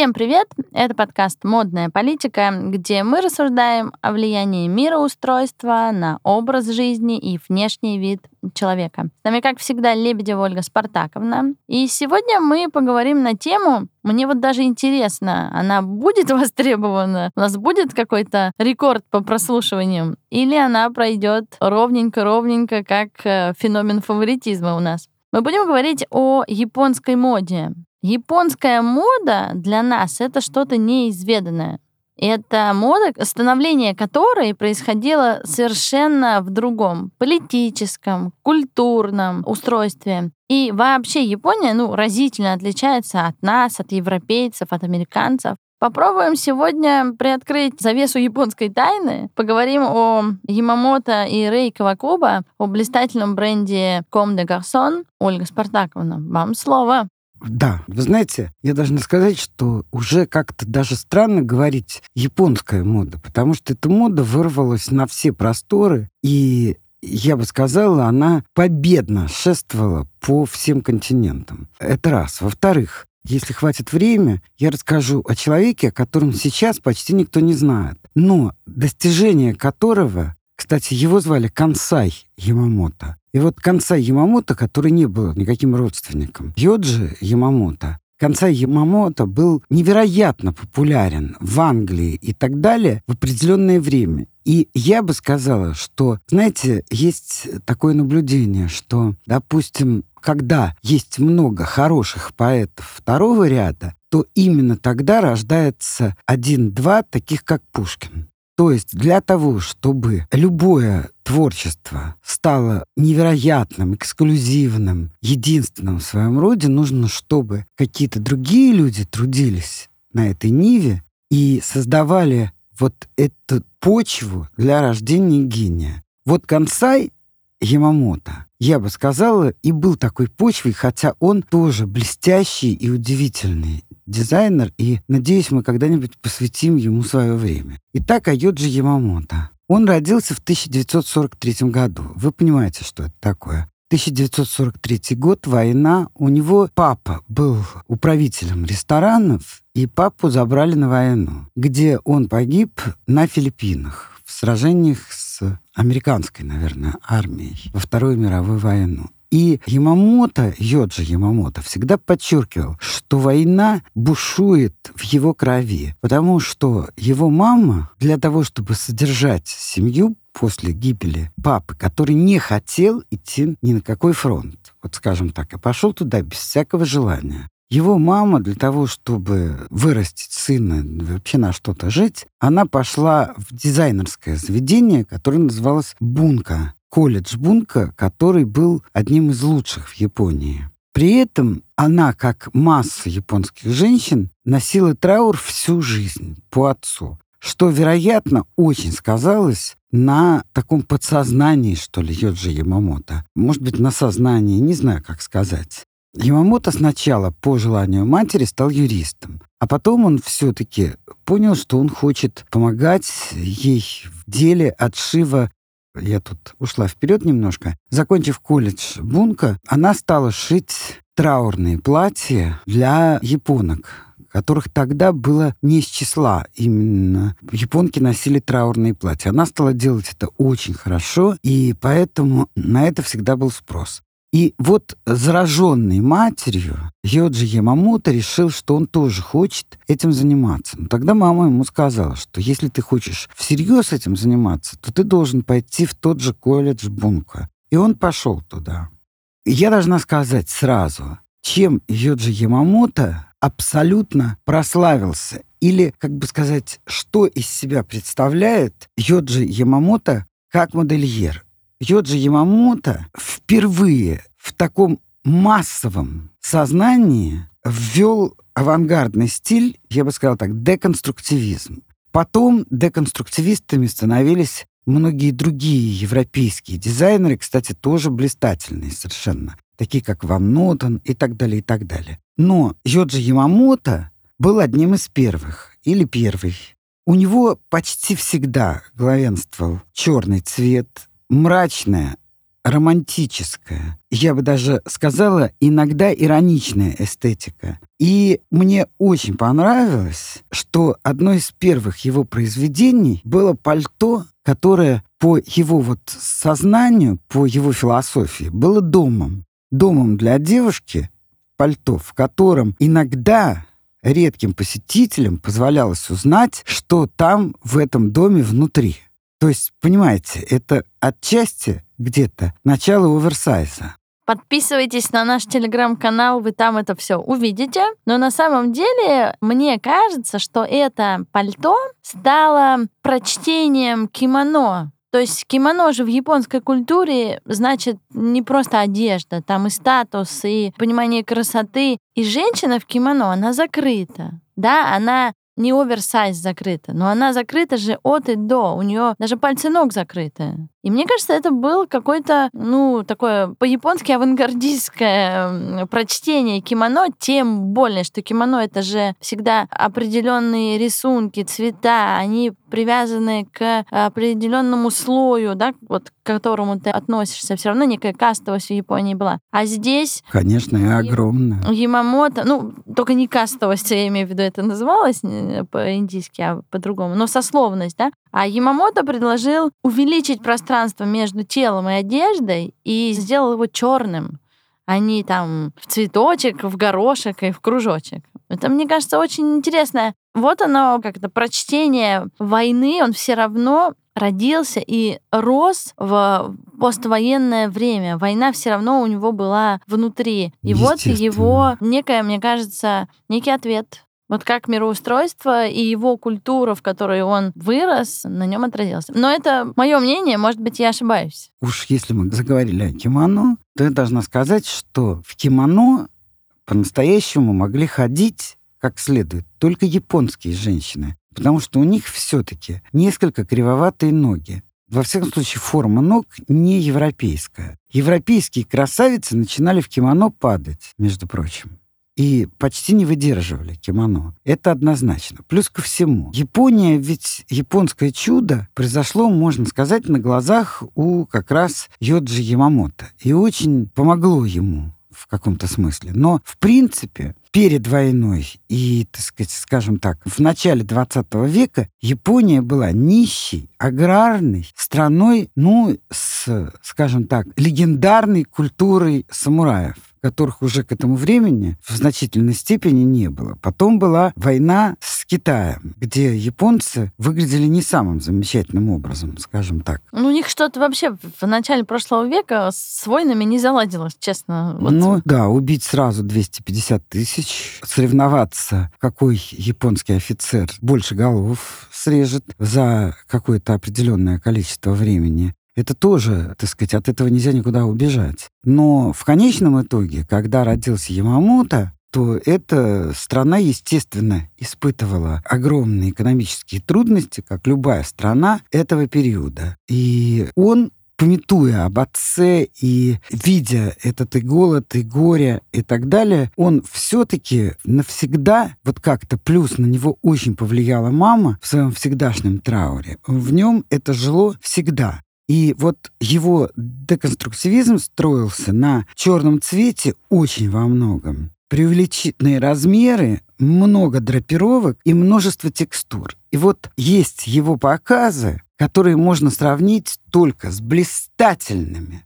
Всем привет! Это подкаст «Модная политика», где мы рассуждаем о влиянии мироустройства на образ жизни и внешний вид человека. С нами, как всегда, Лебедева Ольга Спартаковна. И сегодня мы поговорим на тему, мне вот даже интересно, она будет востребована? У нас будет какой-то рекорд по прослушиваниям? Или она пройдет ровненько-ровненько, как феномен фаворитизма у нас? Мы будем говорить о японской моде. Японская мода для нас — это что-то неизведанное. Это мода, становление которой происходило совершенно в другом политическом, культурном устройстве. И вообще Япония, разительно отличается от нас, от европейцев, от американцев. Попробуем сегодня приоткрыть завесу японской тайны. Поговорим о Ямамото и Рей Кавакуба, о блистательном бренде Comme des Garçons. Ольга Спартаковна, вам слово. Да, вы знаете, я должна сказать, что уже как-то даже странно говорить «японская мода», потому что эта мода вырвалась на все просторы, и, я бы сказала, она победно шествовала по всем континентам. Это раз. Во-вторых, если хватит времени, я расскажу о человеке, о котором сейчас почти никто не знает, но достижение которого, кстати, его звали Кансай Ямамото. И вот Кансай Ямамото, который не был никаким родственником Йоджи Ямамото, Кансай Ямамото был невероятно популярен в Англии и так далее в определенное время. И я бы сказала, что, знаете, есть такое наблюдение, что, допустим, когда есть много хороших поэтов второго ряда, то именно тогда рождается один-два таких, как Пушкин. То есть для того, чтобы любое творчество стало невероятным, эксклюзивным, единственным в своем роде, нужно, чтобы какие-то другие люди трудились на этой ниве и создавали вот эту почву для рождения гения. Вот Кансай Ямамото, я бы сказала, и был такой почвой, хотя он тоже блестящий и удивительный дизайнер, и, надеюсь, мы когда-нибудь посвятим ему свое время. Итак, о Йоджи Ямамото. Он родился в 1943 году. Вы понимаете, что это такое? 1943 год, война. У него папа был управителем ресторанов, и папу забрали на войну, где он погиб на Филиппинах в сражениях с американской, наверное, армией во Вторую мировую войну. И Ямамото, Йоджи Ямамото, всегда подчеркивал, что война бушует в его крови, потому что его мама для того, чтобы содержать семью после гибели папы, который не хотел идти ни на какой фронт, вот скажем так, и пошел туда без всякого желания. Его мама для того, чтобы вырастить сына, вообще на что-то жить, она пошла в дизайнерское заведение, которое называлось Бунка. Колледж Бунка, который был одним из лучших в Японии. При этом она, как масса японских женщин, носила траур всю жизнь по отцу, что, вероятно, очень сказалось на таком подсознании, что ли, Йоджи Ямамото. Может быть, на сознании, не знаю, как сказать. Ямамото сначала, по желанию матери, стал юристом, а потом он все-таки понял, что он хочет помогать ей в деле отшива. Я тут ушла вперед немножко. Закончив колледж Бунка, она стала шить траурные платья для японок, которых тогда было не из числа. Именно японки носили траурные платья. Она стала делать это очень хорошо, и поэтому на это всегда был спрос. И вот, зараженный матерью, Йоджи Ямамото решил, что он тоже хочет этим заниматься. Но тогда мама ему сказала, что если ты хочешь всерьез этим заниматься, то ты должен пойти в тот же колледж Бунка. И он пошел туда. И я должна сказать сразу, чем Йоджи Ямамото абсолютно прославился. Или, как бы сказать, что из себя представляет Йоджи Ямамото как модельер. Йоджи Ямамото впервые в таком массовом сознании ввел авангардный стиль, я бы сказала так, деконструктивизм. Потом деконструктивистами становились многие другие европейские дизайнеры, кстати, тоже блистательные совершенно, такие как Ван Нотен и так далее, и так далее. Но Йоджи Ямамото был одним из первых, или первый. У него почти всегда главенствовал черный цвет, мрачная романтическая, я бы даже сказала, иногда ироничная эстетика. И мне очень понравилось, что одно из первых его произведений было пальто, которое по его вот сознанию, по его философии, было домом. Домом для девушки, пальто, в котором иногда редким посетителям позволялось узнать, что там в этом доме внутри. То есть, понимаете, это отчасти где-то начало оверсайза. Подписывайтесь на наш телеграм-канал, вы там это все увидите. Но на самом деле, мне кажется, что это пальто стало прочтением кимоно. То есть кимоно же в японской культуре значит не просто одежда, там и статус, и понимание красоты. И женщина в кимоно, она закрыта. Да, она не оверсайз закрыта, но она закрыта же от и до. У нее даже пальцы ног закрыты. И мне кажется, это был какое-то, такое по-японски авангардистское прочтение кимоно, тем более, что кимоно — это же всегда определенные рисунки, цвета, они привязаны к определенному слою, да, вот к которому ты относишься. Все равно некая кастовость в Японии была. А здесь... Конечно, и огромная. Ямамото, только не кастовость, я имею в виду, это называлось по-индийски, а по-другому, но сословность, да. А Ямамото предложил увеличить пространство между телом и одеждой и сделал его черным, а не там в цветочек, в горошек и в кружочек. Это, мне кажется, очень интересно. Вот оно, как-то прочтение войны, он все равно родился и рос в поствоенное время. Война все равно у него была внутри. И вот его некое, мне кажется, некий ответ. Вот как мироустройство и его культура, в которой он вырос, на нем отразился. Но это мое мнение, может быть, я ошибаюсь. Уж если мы заговорили о кимоно, то я должна сказать, что в кимоно по-настоящему могли ходить как следует только японские женщины, потому что у них все-таки несколько кривоватые ноги. Во всяком случае, форма ног не европейская. Европейские красавицы начинали в кимоно падать, между прочим, и почти не выдерживали кимоно. Это однозначно. Плюс ко всему, Япония, ведь японское чудо произошло, можно сказать, на глазах у как раз Йоджи Ямамото. И очень помогло ему в каком-то смысле. Но, в принципе, перед войной и, так сказать, скажем так, в начале 20 века Япония была нищей, аграрной страной, с, скажем так, легендарной культурой самураев, которых уже к этому времени в значительной степени не было. Потом была война с Китаем, где японцы выглядели не самым замечательным образом, скажем так. У них что-то вообще в начале прошлого века с войнами не заладилось, честно. Убить сразу 250 тысяч, соревноваться, какой японский офицер больше голов срежет за какое-то определенное количество времени. Это тоже, так сказать, от этого нельзя никуда убежать. Но в конечном итоге, когда родился Ямамото, то эта страна, естественно, испытывала огромные экономические трудности, как любая страна этого периода. И он, памятуя об отце и видя этот и голод, и горе, и так далее, он все-таки навсегда, вот как-то плюс на него очень повлияла мама в своем всегдашнем трауре. В нем это жило всегда. И вот его деконструктивизм строился на черном цвете очень во многом. Преувеличенные размеры, много драпировок и множество текстур. И вот есть его показы, которые можно сравнить только с блистательным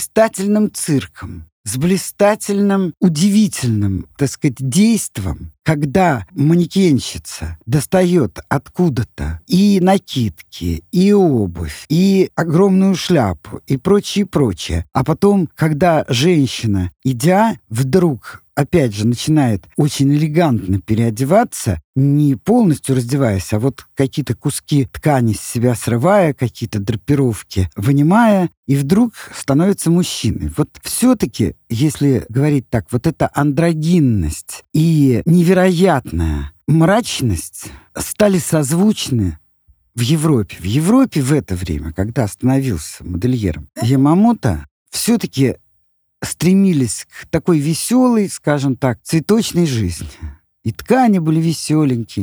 цирком, с блистательным, удивительным, так сказать, действом, когда манекенщица достает откуда-то и накидки, и обувь, и огромную шляпу, и прочее. А потом, когда женщина, идя, вдруг опять же, начинает очень элегантно переодеваться, не полностью раздеваясь, а вот какие-то куски ткани с себя срывая, какие-то драпировки вынимая, и вдруг становится мужчиной. Вот все-таки, если говорить так, вот эта андрогинность и невероятная мрачность стали созвучны в Европе. В Европе в это время, когда становился модельером Ямамото, все-таки стремились к такой веселой, скажем так, цветочной жизни. И ткани были веселенькие,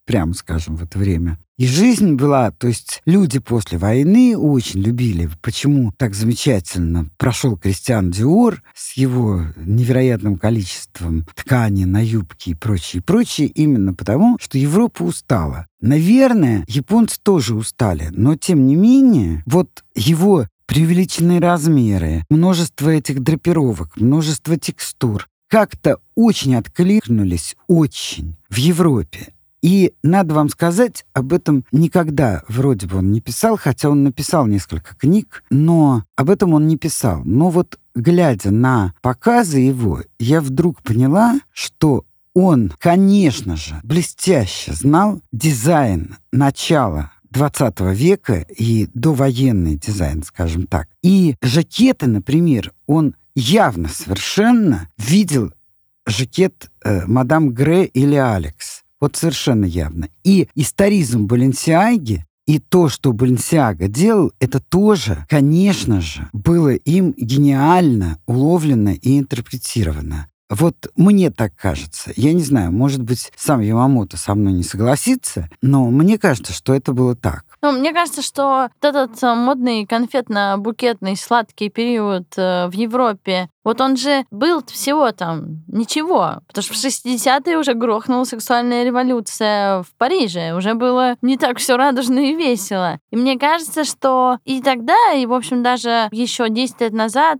прямо скажем, в это время. И жизнь была, то есть люди после войны очень любили, почему так замечательно прошел Кристиан Диор с его невероятным количеством ткани на юбки и прочее, именно потому, что Европа устала. Наверное, японцы тоже устали, но тем не менее, вот его преувеличенные размеры, множество этих драпировок, множество текстур как-то очень откликнулись, очень, в Европе. И надо вам сказать, об этом никогда вроде бы он не писал, хотя он написал несколько книг, но об этом он не писал. Но вот глядя на показы его, я вдруг поняла, что он, конечно же, блестяще знал дизайн начала XX века и довоенный дизайн, скажем так. И жакеты, например, он явно совершенно видел жакет мадам Гре или Алекс. Вот совершенно явно. И историзм Баленсиаги, и то, что Баленсиага делал, это тоже, конечно же, было им гениально уловлено и интерпретировано. Вот мне так кажется. Я не знаю, может быть, сам Ямамото со мной не согласится, но мне кажется, что это было так. Ну, мне кажется, что вот этот модный конфетно-букетный сладкий период в Европе, вот он же был всего там ничего, потому что в 60-е уже грохнула сексуальная революция в Париже, уже было не так все радужно и весело. И мне кажется, что и тогда, и, в общем, даже еще 10 лет назад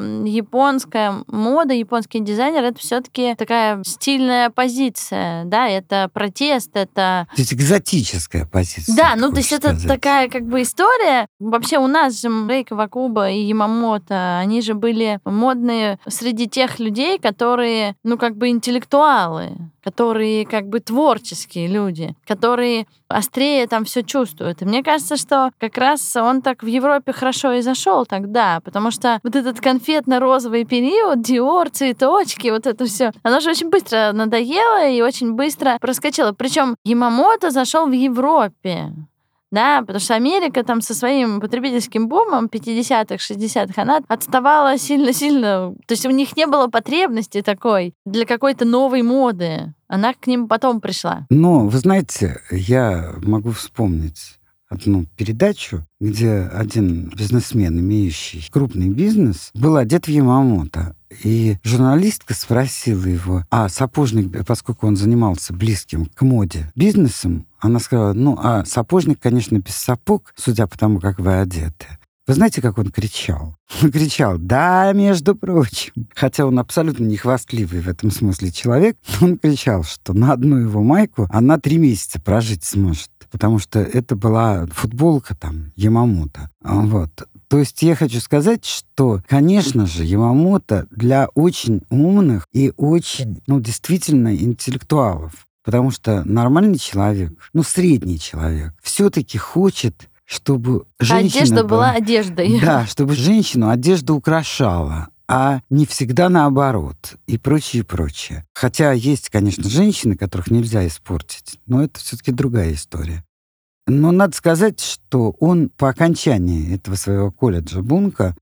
японская мода, японский дизайнер — это все-таки такая стильная позиция, да, это протест, это... То есть экзотическая позиция. Да, ну то есть это такая как бы история. Вообще у нас же Рей Кавакуба и Ямамото, они же были модные среди тех людей, которые, ну как бы интеллектуалы, которые как бы творческие люди, которые острее там все чувствуют. И мне кажется, что как раз он так в Европе хорошо и зашел тогда, потому что вот этот конфетно-розовый период, Диор, цветочки, вот это все, оно же очень быстро надоело и очень быстро проскочило. Причем Ямамото зашел в Европе. Да, потому что Америка там со своим потребительским бумом 50-х, 60-х, она отставала сильно-сильно. То есть у них не было потребности такой для какой-то новой моды. Она к ним потом пришла. Но, вы знаете, я могу вспомнить одну передачу, где один бизнесмен, имеющий крупный бизнес, был одет в Ямамото. И журналистка спросила его, а сапожник, поскольку он занимался близким к моде бизнесом, она сказала, ну, а сапожник, конечно, без сапог, судя по тому, как вы одеты. Вы знаете, как он кричал? Он кричал, да, между прочим. Хотя он абсолютно не хвастливый в этом смысле человек, он кричал, что на одну его майку она 3 месяца прожить сможет. Потому что это была футболка там Ямамото. Вот. То есть я хочу сказать, что, конечно же, Ямамото для очень умных и очень, действительно интеллектуалов. Потому что нормальный человек, средний человек, все-таки хочет, чтобы женщина... Одежда была одеждой. Да, чтобы женщину одежда украшала, а не всегда наоборот, и прочее. Хотя есть, конечно, женщины, которых нельзя испортить, но это все-таки другая история. Но надо сказать, что он по окончании этого своего колледжа Бунка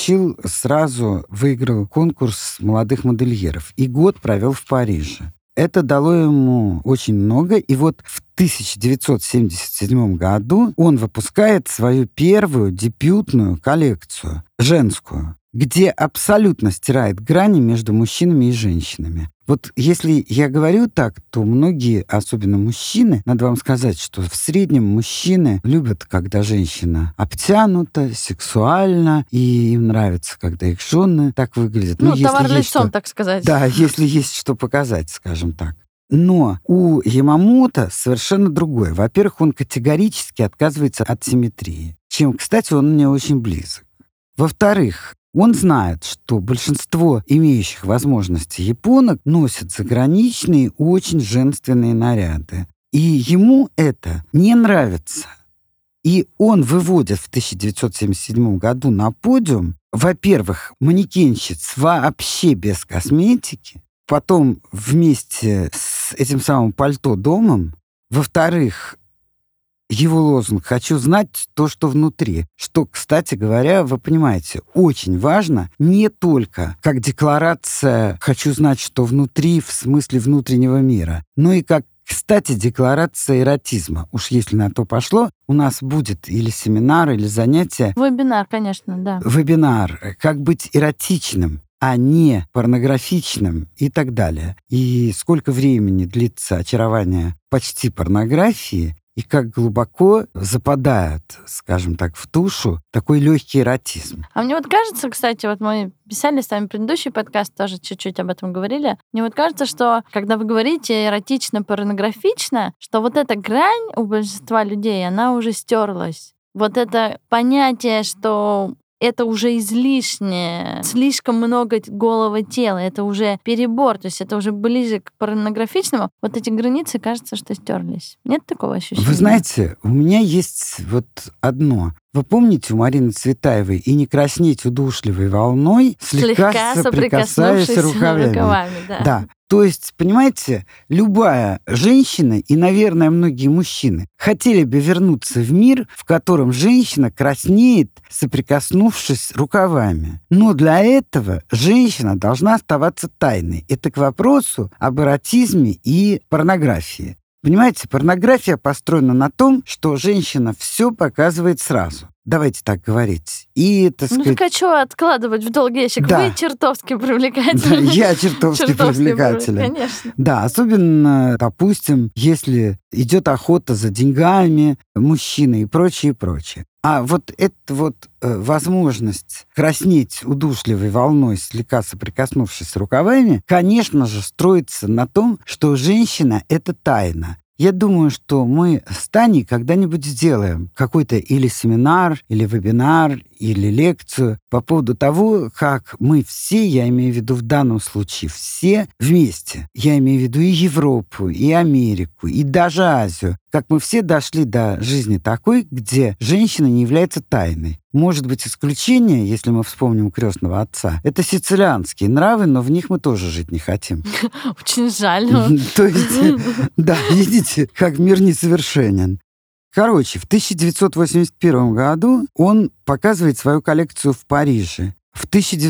выиграл конкурс молодых модельеров и год провел в Париже. Это дало ему очень много, и вот в 1977 году он выпускает свою первую дебютную коллекцию, женскую, где абсолютно стирает грани между мужчинами и женщинами. Вот если я говорю так, то многие, особенно мужчины, надо вам сказать, что в среднем мужчины любят, когда женщина обтянута, сексуальна, и им нравится, когда их жены так выглядят. Товар лицом, так сказать. Да, если есть что показать, скажем так. Но у Ямамото совершенно другое. Во-первых, он категорически отказывается от симметрии, чем, кстати, он мне очень близок. Во-вторых, он знает, что большинство имеющих возможности японок носят заграничные, очень женственные наряды. И ему это не нравится. И он выводит в 1977 году на подиум, во-первых, манекенщиц вообще без косметики, потом вместе с этим самым пальто-домом, во-вторых, его лозунг «Хочу знать то, что внутри». Что, кстати говоря, вы понимаете, очень важно не только как декларация «Хочу знать, что внутри» в смысле внутреннего мира, но и как Кстати, декларация эротизма. Уж если на то пошло, у нас будет или семинар, или занятие. Вебинар, конечно, да. Вебинар. Как быть эротичным, а не порнографичным и так далее. И сколько времени длится очарование почти порнографии, и как глубоко западает, скажем так, в душу такой легкий эротизм. А мне вот кажется, кстати, вот мы писали с вами предыдущий подкаст, тоже чуть-чуть об этом говорили. Мне вот кажется, что когда вы говорите эротично-порнографично, что вот эта грань у большинства людей, она уже стерлась. Вот это понятие, что это уже излишнее, слишком много голого тела, это уже перебор, то есть это уже ближе к порнографичному. Вот эти границы, кажется, что стерлись. Нет такого ощущения? Вы знаете, у меня есть вот одно. Вы помните у Марины Цветаевой «И не краснеть удушливой волной, слегка соприкасаясь рукавами». Да. То есть, понимаете, любая женщина и, наверное, многие мужчины хотели бы вернуться в мир, в котором женщина краснеет, соприкоснувшись рукавами. Но для этого женщина должна оставаться тайной. Это к вопросу об эротизме и порнографии. Понимаете, порнография построена на том, что женщина все показывает сразу. Давайте так говорить. И, так сказать... Ну, так а что откладывать в долгий ящик? Да. Вы чертовски привлекательны. Да, я чертовски привлекателен. Конечно. Да, особенно, допустим, если идет охота за деньгами мужчины и прочее, и прочее. А вот эта вот возможность краснеть удушливой волной, слегка соприкоснувшись с рукавами, конечно же, строится на том, что женщина — это тайна. Я думаю, что мы с Таней когда-нибудь сделаем какой-то или семинар, или вебинар, или лекцию по поводу того, как мы все, я имею в виду в данном случае все вместе, я имею в виду и Европу, и Америку, и даже Азию, как мы все дошли до жизни такой, где женщина не является тайной. Может быть, исключение, если мы вспомним «Крестного отца», это сицилианские нравы, но в них мы тоже жить не хотим. Очень жаль. То есть, да, видите, как мир несовершенен. Короче, в 1981 году он показывает свою коллекцию в Париже, в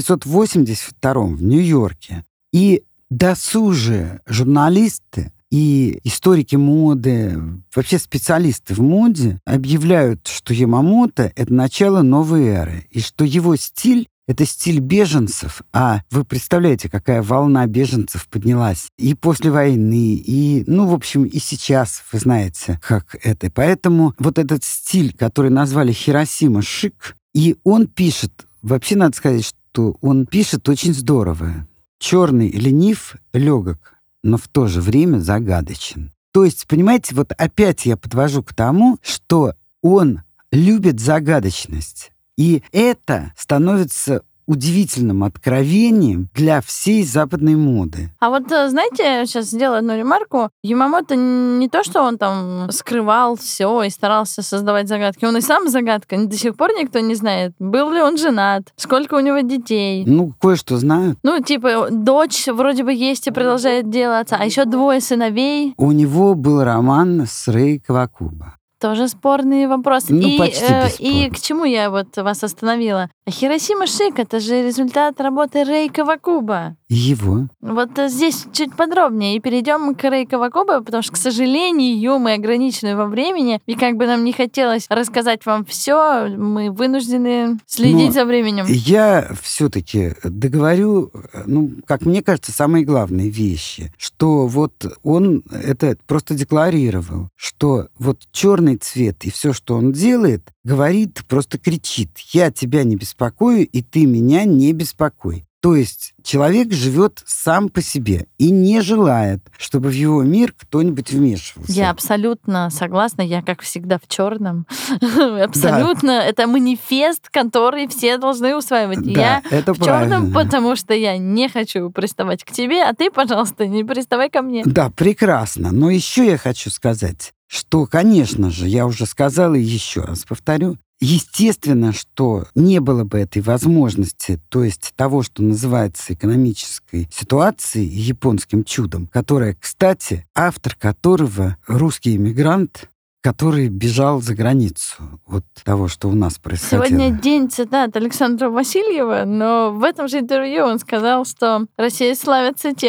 1982 в Нью-Йорке. И досужие журналисты и историки моды, вообще специалисты в моде объявляют, что Ямамото — это начало новой эры, и что его стиль — это стиль беженцев. А вы представляете, какая волна беженцев поднялась и после войны, и, в общем, и сейчас, вы знаете, как это. Поэтому вот этот стиль, который назвали Хиросима шик, и он пишет, вообще надо сказать, что он пишет очень здорово. Черный, ленив, легок, но в то же время загадочен. То есть, понимаете, вот опять я подвожу к тому, что он любит загадочность. И это становится удивительным откровением для всей западной моды. А вот, знаете, я сейчас сделаю одну ремарку. Ямамото не то, что он там скрывал все и старался создавать загадки. Он и сам загадка. До сих пор никто не знает, был ли он женат, сколько у него детей. Кое-что знают. Типа, дочь вроде бы есть и продолжает делаться, а еще 2 сыновей. У него был роман с Рэй Кавакуба. Тоже спорный вопрос. Почти бесспорный. И к чему я вас остановила? Хиросима шик — это же результат работы Рэй Кавакуба. Его. Вот здесь чуть подробнее. И перейдем к Рэй Кавакуба, потому что, к сожалению, мы ограничены во времени. И как бы нам не хотелось рассказать вам все, мы вынуждены следить за временем. Я все-таки договорю, как мне кажется, самые главные вещи. Что вот он это просто декларировал, что вот черный цвет и все, что он делает, говорит, просто кричит: я тебя не беспокою, и ты меня не беспокой. То есть человек живет сам по себе и не желает, чтобы в его мир кто-нибудь вмешивался. Я абсолютно согласна. Я, как всегда, в черном. Абсолютно. Да. Это манифест, который все должны усваивать. Да, я это в черном, потому что я не хочу приставать к тебе, а ты, пожалуйста, не приставай ко мне. Да, прекрасно. Но еще я хочу сказать, что, конечно же, я уже сказала и еще раз повторю, естественно, что не было бы этой возможности, то есть того, что называется экономической ситуацией, японским чудом, которое, кстати, автор которого русский эмигрант, который бежал за границу от того, что у нас происходило. Сегодня день цитат Александра Васильева, но в этом же интервью он сказал, что Россия славится тем,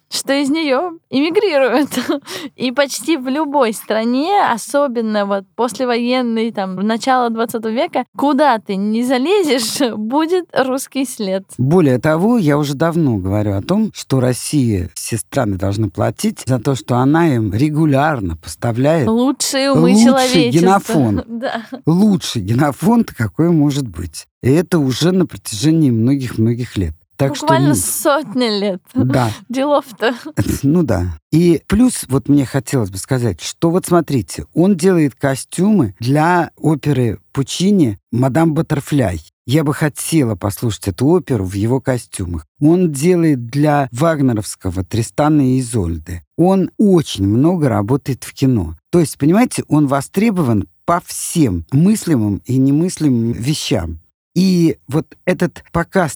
что из нее эмигрируют. И почти в любой стране, особенно вот послевоенной, там, начала 20 века, куда ты не залезешь, будет русский след. Более того, я уже давно говорю о том, что Россия, все страны должны платить за то, что она им регулярно поставляет лучшие умы лучший человечества. генофонд. Да. Лучший генофонд, какой может быть. И это уже на протяжении многих-многих лет. Так Буквально что, сотни лет. Да. Делов-то. Ну да. И плюс вот мне хотелось бы сказать, что вот смотрите, он делает костюмы для оперы Пучини «Мадам Баттерфляй». Я бы хотела послушать эту оперу в его костюмах. Он делает для вагнеровского «Тристана и Изольды». Он очень много работает в кино. То есть, понимаете, он востребован по всем мыслимым и немыслимым вещам. И вот этот показ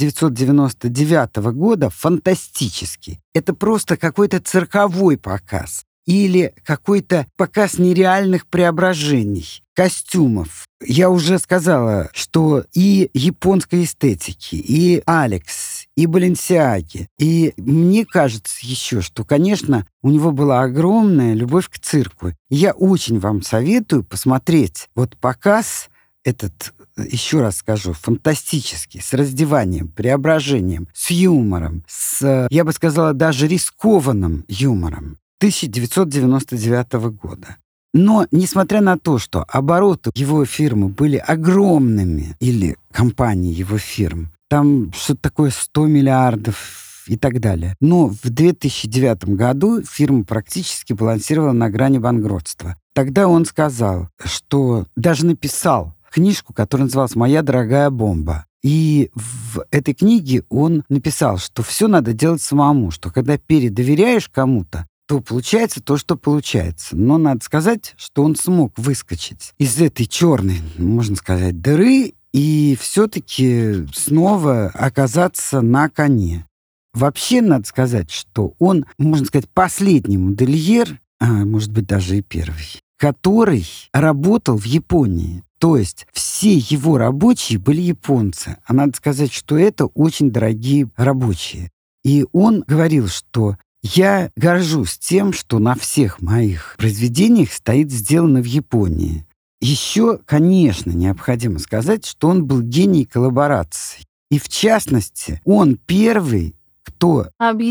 1999 года фантастический. Это просто какой-то цирковой показ. Или какой-то показ нереальных преображений, костюмов. Я уже сказала, что и японской эстетики, и Алекс, и Баленсиаги. И мне кажется еще, что, конечно, у него была огромная любовь к цирку. Я очень вам советую посмотреть вот показ этот, еще раз скажу, фантастический, с раздеванием, преображением, с юмором, с, я бы сказала, даже рискованным юмором 1999 года. Но, несмотря на то, что обороты его фирмы были огромными, или компании его фирм, там что-то такое 100 миллиардов и так далее. Но в 2009 году фирма практически балансировала на грани банкротства. Тогда он сказал, что даже написал книжку, которая называлась «Моя дорогая бомба». И в этой книге он написал, что все надо делать самому, что когда передоверяешь кому-то, то получается то, что получается. Но надо сказать, что он смог выскочить из этой черной, можно сказать, дыры и все-таки снова оказаться на коне. Вообще, надо сказать, что он, можно сказать, последний модельер, а может быть, даже и первый, который работал в Японии. То есть все его рабочие были японцы. А надо сказать, что это очень дорогие рабочие. И он говорил, что я горжусь тем, что на всех моих произведениях стоит «сделано в Японии». Еще, конечно, необходимо сказать, что он был гений коллабораций. И в частности, он первый, кто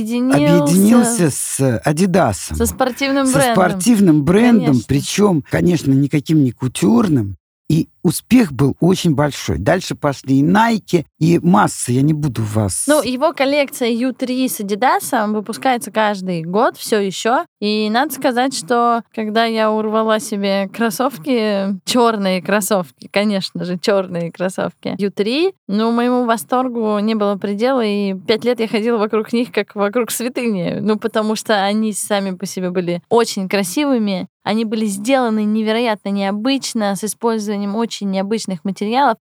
объединился с Адидасом. Со спортивным брендом. Со спортивным брендом, конечно. причем, конечно, никаким не кутюрным. И успех был очень большой. Дальше пошли и Nike, и масса. Я не буду вас... Ну, его коллекция U3 с Adidas выпускается каждый год все еще. И надо сказать, что когда я урвала себе кроссовки, черные кроссовки, конечно же, черные кроссовки U3, ну, моему восторгу не было предела, и 5 лет я ходила вокруг них, как вокруг святыни. Ну, потому что они сами по себе были очень красивыми. Они были сделаны невероятно необычно, с использованием очень необычных материалов.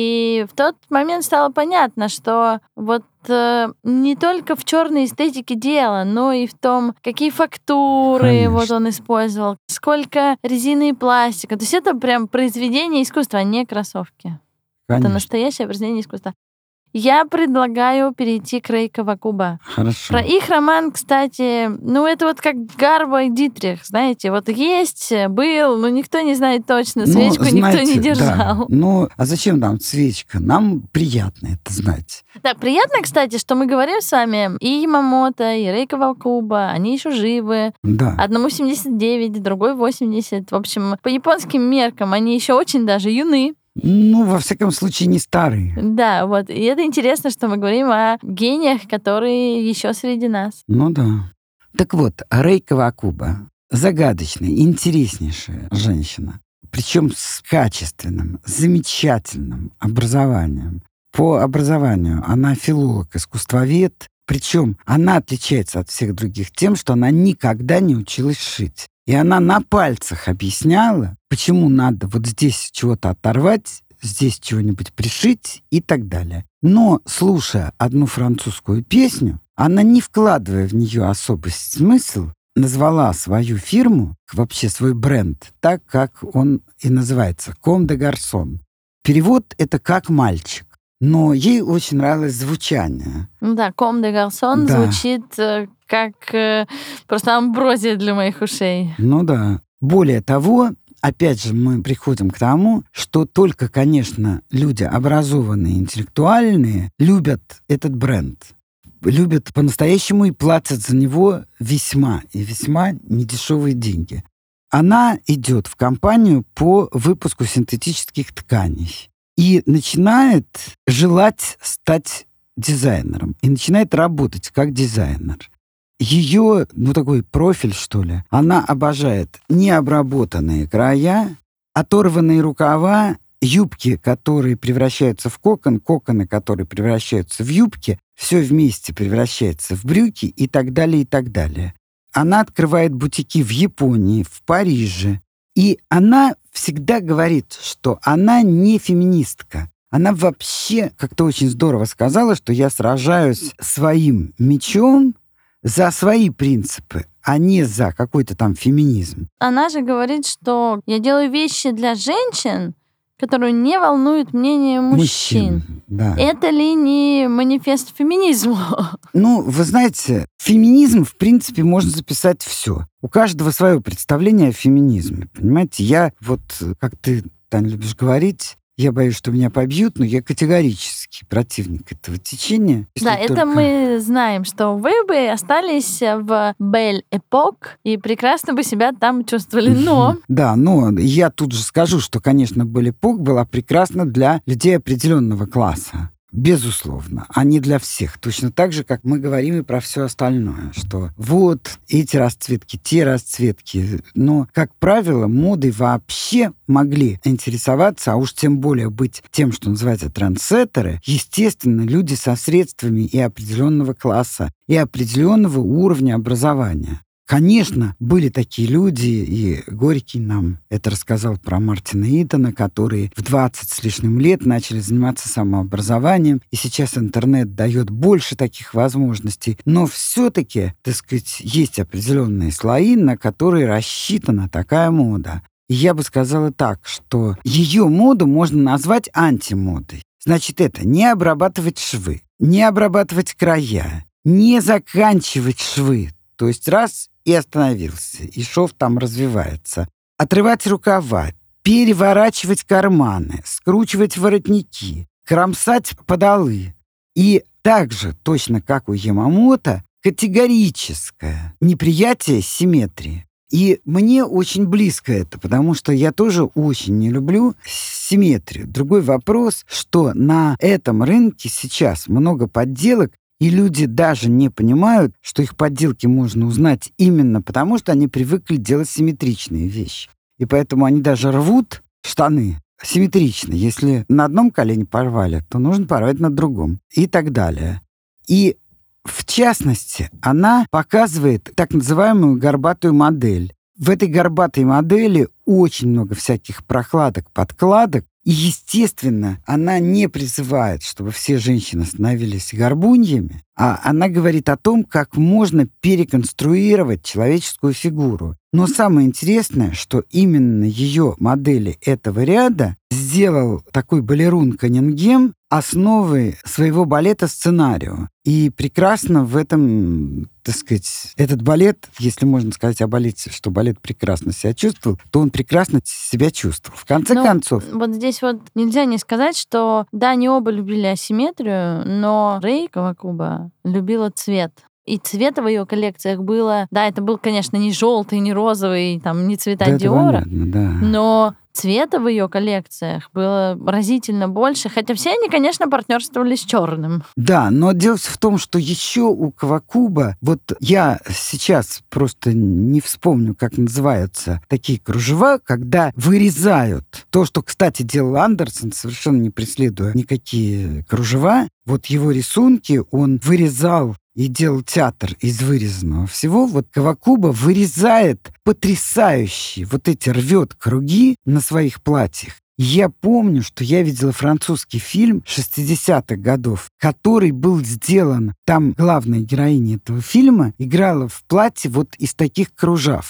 И в тот момент стало понятно, что вот не только в черной эстетике дело, но и в том, какие фактуры Конечно. вот он использовал, сколько резины и пластика. То есть это прям произведение искусства, а не кроссовки. Конечно. Это настоящее произведение искусства. Я предлагаю перейти к Рей Кавакуба. Хорошо. Про их роман, кстати, ну это вот как Гарбо и Дитрих, знаете, вот есть, был, но никто не знает точно, свечку никто не держал. Да. Ну, а зачем нам свечка? Нам приятно это знать. Да, приятно, кстати, что мы говорим с вами и Ямамото, и Рей Кавакуба, они еще живы. Да. Одному 79, другой 80. В общем, по японским меркам они еще очень даже юны. Ну, во всяком случае, не старые. Да, вот. И это интересно, что мы говорим о гениях, которые еще среди нас. Ну да. Так вот, Рей Кавакуба загадочная, интереснейшая женщина. Причем с качественным, замечательным образованием. По образованию она филолог, искусствовед. Причем она отличается от всех других тем, что она никогда не училась шить. И она на пальцах объясняла, почему надо вот здесь чего-то оторвать, здесь чего-нибудь пришить и так далее. Но, слушая одну французскую песню, она, не вкладывая в нее особый смысл, назвала свою фирму, вообще свой бренд, так, как он и называется, «Comme des Garçons». Перевод — это «как мальчик». но ей очень нравилось звучание. Ну да, «Comme des garçons» Да. звучит как просто амброзия для моих ушей. Ну да. Более того, опять же, мы приходим к тому, что только, конечно, люди образованные, интеллектуальные любят этот бренд. Любят по-настоящему и платят за него весьма и весьма недешевые деньги. Она идет в компанию по выпуску синтетических тканей и начинает желать стать дизайнером, и начинает работать как дизайнер. Ее, такой профиль, что ли, она обожает необработанные края, оторванные рукава, юбки, которые превращаются в кокон, коконы, которые превращаются в юбки, все вместе превращается в брюки и так далее, и так далее. Она открывает бутики в Японии, в Париже. И она всегда говорит, что она не феминистка. Она вообще как-то очень здорово сказала, что я сражаюсь своим мечом за свои принципы, а не за какой-то там феминизм. Она же говорит, что я делаю вещи для женщин, которые не волнуют мнение мужчин. Да. Это ли не манифест феминизму? Вы знаете, феминизм, в принципе, можно записать все. У каждого свое представление о феминизме. Понимаете, я как ты, Таня, любишь говорить, я боюсь, что меня побьют, но я категорически противник этого течения. Да, это мы знаем, что вы бы остались в Belle Époque и прекрасно бы себя там чувствовали, но... Да, но я тут же скажу, что, конечно, Belle Époque была прекрасна для людей определенного класса. Безусловно, а не для всех. Точно так же, как мы говорим и про все остальное, что вот эти расцветки, те расцветки. Но, как правило, модой вообще могли интересоваться, а уж тем более быть тем, что называется трендсеттеры, естественно, люди со средствами и определенного класса, и определенного уровня образования. Конечно, были такие люди, и Горький нам это рассказал про Мартина Итона, которые в 20 с лишним лет начали заниматься самообразованием, и сейчас интернет дает больше таких возможностей. Но все-таки, есть определенные слои, на которые рассчитана такая мода. И я бы сказала так, что ее моду можно назвать антимодой. Значит, это не обрабатывать швы, не обрабатывать края, не заканчивать швы. То есть раз и остановился, и шов там развивается. Отрывать рукава, переворачивать карманы, скручивать воротники, кромсать подолы. И также, точно как у Ямамото, категорическое неприятие симметрии. И мне очень близко это, потому что я тоже очень не люблю симметрию. Другой вопрос, что на этом рынке сейчас много подделок, и люди даже не понимают, что их подделки можно узнать именно потому, что они привыкли делать симметричные вещи. И поэтому они даже рвут штаны симметрично. Если на одном колене порвали, то нужно порвать на другом. И так далее. И в частности, она показывает так называемую горбатую модель. В этой горбатой модели очень много всяких прокладок, подкладок. И, естественно, она не призывает, чтобы все женщины становились горбуньями, а она говорит о том, как можно переконструировать человеческую фигуру. Но самое интересное, что именно ее модели этого ряда сделал такой балерун Каннингем основой своего балета «Сценарио». И прекрасно в этом, этот балет, если можно сказать о балете, что балет прекрасно себя чувствовал, то он прекрасно себя чувствовал. В конце концов... Вот здесь нельзя не сказать, что да, не оба любили асимметрию, но Рэй Кавакуба любила цвет. И цвета в ее коллекциях было... Да, это был, конечно, не желтый, не розовый, не цвета Диора, но цвета в ее коллекциях было разительно больше, хотя все они, конечно, партнерствовали с черным. Да, но дело в том, что еще у Кавакуба, я сейчас просто не вспомню, как называются такие кружева, когда вырезают то, что, кстати, делал Андерсон, совершенно не преследуя никакие кружева. Его рисунки он вырезал и делал театр из вырезанного всего. Кавакуба вырезает потрясающие рвет круги на своих платьях. Я помню, что я видела французский фильм 60-х годов, который был сделан, там главная героиня этого фильма играла в платье из таких кружев. И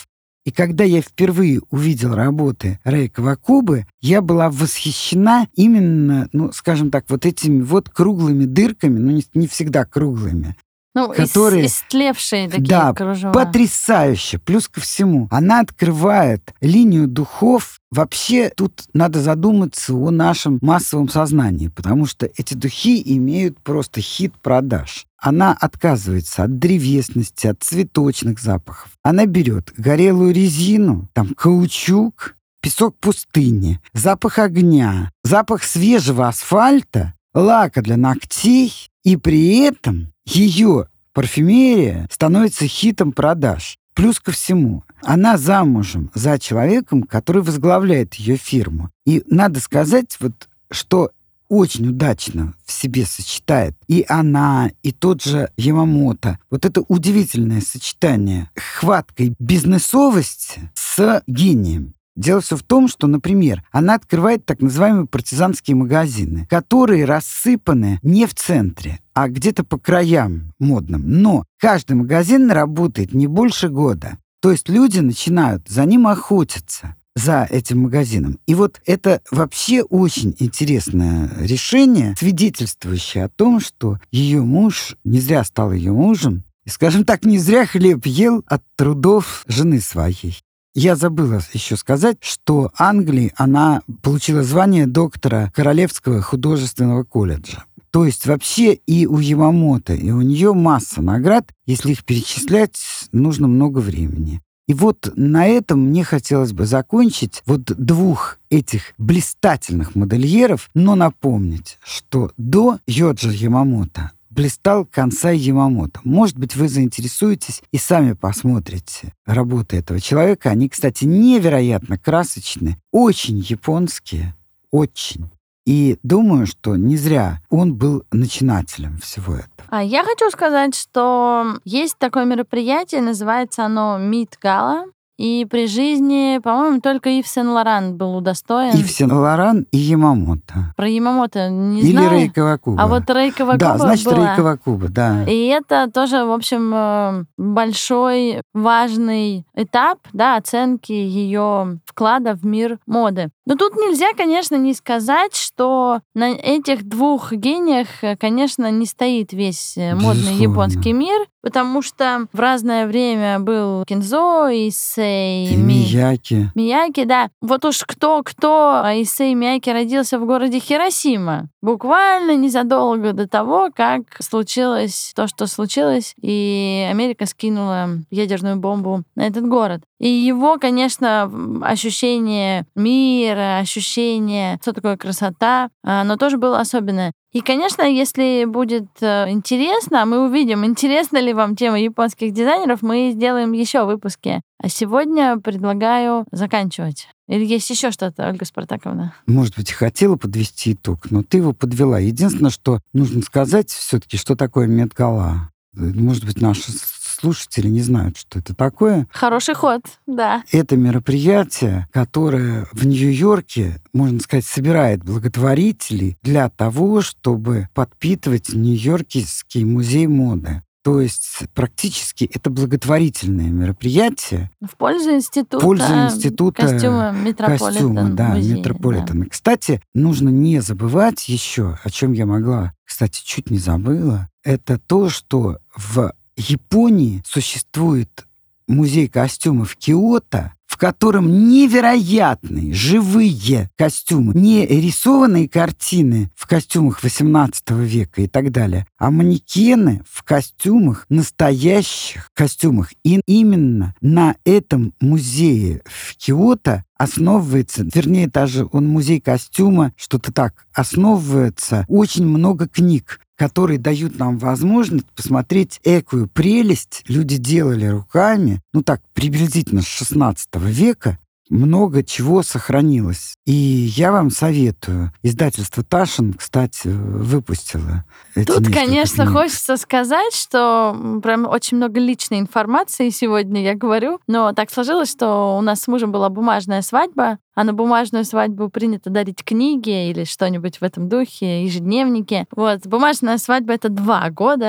И когда я впервые увидел работы Рэй Кавакубы, я была восхищена именно, скажем так, вот этими вот круглыми дырками, не всегда круглыми, которые... истлевшие такие кружева. Потрясающе. Плюс ко всему, она открывает линию духов. Вообще, тут надо задуматься о нашем массовом сознании, потому что эти духи имеют просто хит продаж. Она отказывается от древесности, от цветочных запахов. Она берет горелую резину, там каучук, песок пустыни, запах огня, запах свежего асфальта, лака для ногтей, и при этом ее парфюмерия становится хитом продаж. Плюс ко всему, она замужем за человеком, который возглавляет ее фирму. И надо сказать, что очень удачно в себе сочетает и она, и тот же Ямамото. Вот это удивительное сочетание хваткой бизнесовости с гением. Дело все в том, что, например, она открывает так называемые партизанские магазины, которые рассыпаны не в центре, а где-то по краям модным. Но каждый магазин работает не больше года. То есть люди начинают за ним охотиться, за этим магазином. И вот это вообще очень интересное решение, свидетельствующее о том, что ее муж не зря стал ее мужем, и, скажем так, не зря хлеб ел от трудов жены своей. Я забыла еще сказать, что Англии она получила звание доктора Королевского художественного колледжа. То есть вообще и у Ямамото, и у нее масса наград. Если их перечислять, нужно много времени. И вот на этом мне хотелось бы закончить двух этих блистательных модельеров, но напомнить, что до Йоджи Ямамото блистал Кансай Ямамото. Может быть, вы заинтересуетесь и сами посмотрите работы этого человека. Они, кстати, невероятно красочные, очень японские, очень. И думаю, что не зря он был начинателем всего этого. А я хочу сказать, что есть такое мероприятие, называется оно Meet Gala. И при жизни, по-моему, только Ив Сен-Лоран был удостоен. Ив Сен-Лоран и Ямамото. Про Ямамото не Или знаю. Рэй Кавакуба. А вот Рэй Кавакуба Да, значит, была. Рэй Кавакуба, да. И это тоже, в общем, большой, важный этап, оценки ее вклада в мир моды. Но тут нельзя, конечно, не сказать, что на этих двух гениях, конечно, не стоит весь модный японский мир, потому что в разное время был Кинзо, Issei Мияки. Мияки, да. Вот уж кто-кто, а Issei Мияки родился в городе Хиросима. Буквально незадолго до того, как случилось то, что случилось, и Америка скинула ядерную бомбу на этот город. И его, конечно, ощущение мира, ощущение, что такое красота, оно тоже было особенное. И, конечно, если будет интересно, мы увидим, интересна ли вам тема японских дизайнеров, мы сделаем еще выпуски. А сегодня предлагаю заканчивать. Или есть еще что-то, Ольга Спартаковна? Может быть, хотела подвести итог, но ты его подвела. Единственное, что нужно сказать все-таки, что такое Met-гала. Может быть, наши слушатели не знают, что это такое. Хороший ход, да. Это мероприятие, которое в Нью-Йорке, можно сказать, собирает благотворителей для того, чтобы подпитывать Нью-Йоркский музей моды. То есть практически это благотворительное мероприятие. В пользу института костюма Метрополитен. Да, Метрополитен. Да. Кстати, нужно не забывать еще, о чем я могла, кстати, чуть не забыла, это то, что в Японии существует музей костюмов Киото, в котором невероятные живые костюмы, не рисованные картины в костюмах XVIII века и так далее, а манекены в костюмах, настоящих костюмах. И именно на этом музее в Киото основывается, вернее, даже он музей костюма, что-то так, основывается очень много книг, которые дают нам возможность посмотреть экую прелесть. Люди делали руками, приблизительно с XVI века, много чего сохранилось. И я вам советую. Издательство Ташин, кстати, выпустило эти Тут, конечно, книг. хочется сказать, что прям очень много личной информации сегодня я говорю, но так сложилось, что у нас с мужем была бумажная свадьба, а на бумажную свадьбу принято дарить книги или что-нибудь в этом духе, ежедневники. Бумажная свадьба — это 2 года.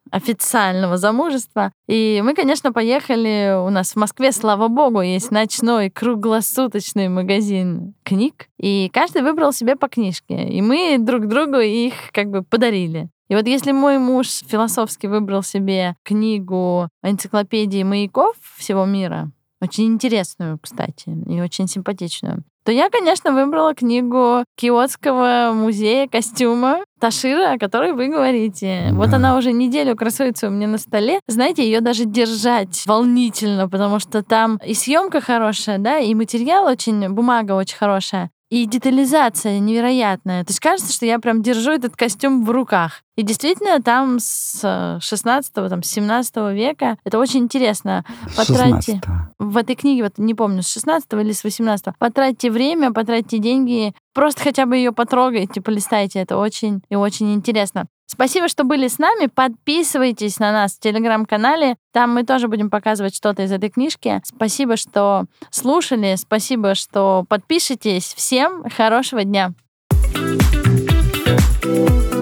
официального замужества. И мы, конечно, поехали. У нас в Москве, слава богу, есть ночной круглосуточный магазин книг. И каждый выбрал себе по книжке. И мы друг другу их как бы подарили. И вот если мой муж философски выбрал себе книгу энциклопедии маяков всего мира, очень интересную, кстати, и очень симпатичную, то я, конечно, выбрала книгу Киотского музея костюма Ташира, о которой вы говорите. Да. Вот она уже неделю красуется у меня на столе. Знаете, ее даже держать волнительно, потому что там и съемка хорошая, да, и материал очень, бумага очень хорошая. И детализация невероятная. То есть кажется, что я прям держу этот костюм в руках. И действительно, там с 16-го, там, с 17 века это очень интересно. Потратьте в этой книге, вот не помню, с 16-го или с 18-го, потратьте время, потратьте деньги, просто хотя бы ее потрогайте, полистайте. Это очень и очень интересно. Спасибо, что были с нами. Подписывайтесь на нас в Телеграм-канале. Там мы тоже будем показывать что-то из этой книжки. Спасибо, что слушали. Спасибо, что подпишетесь. Всем хорошего дня.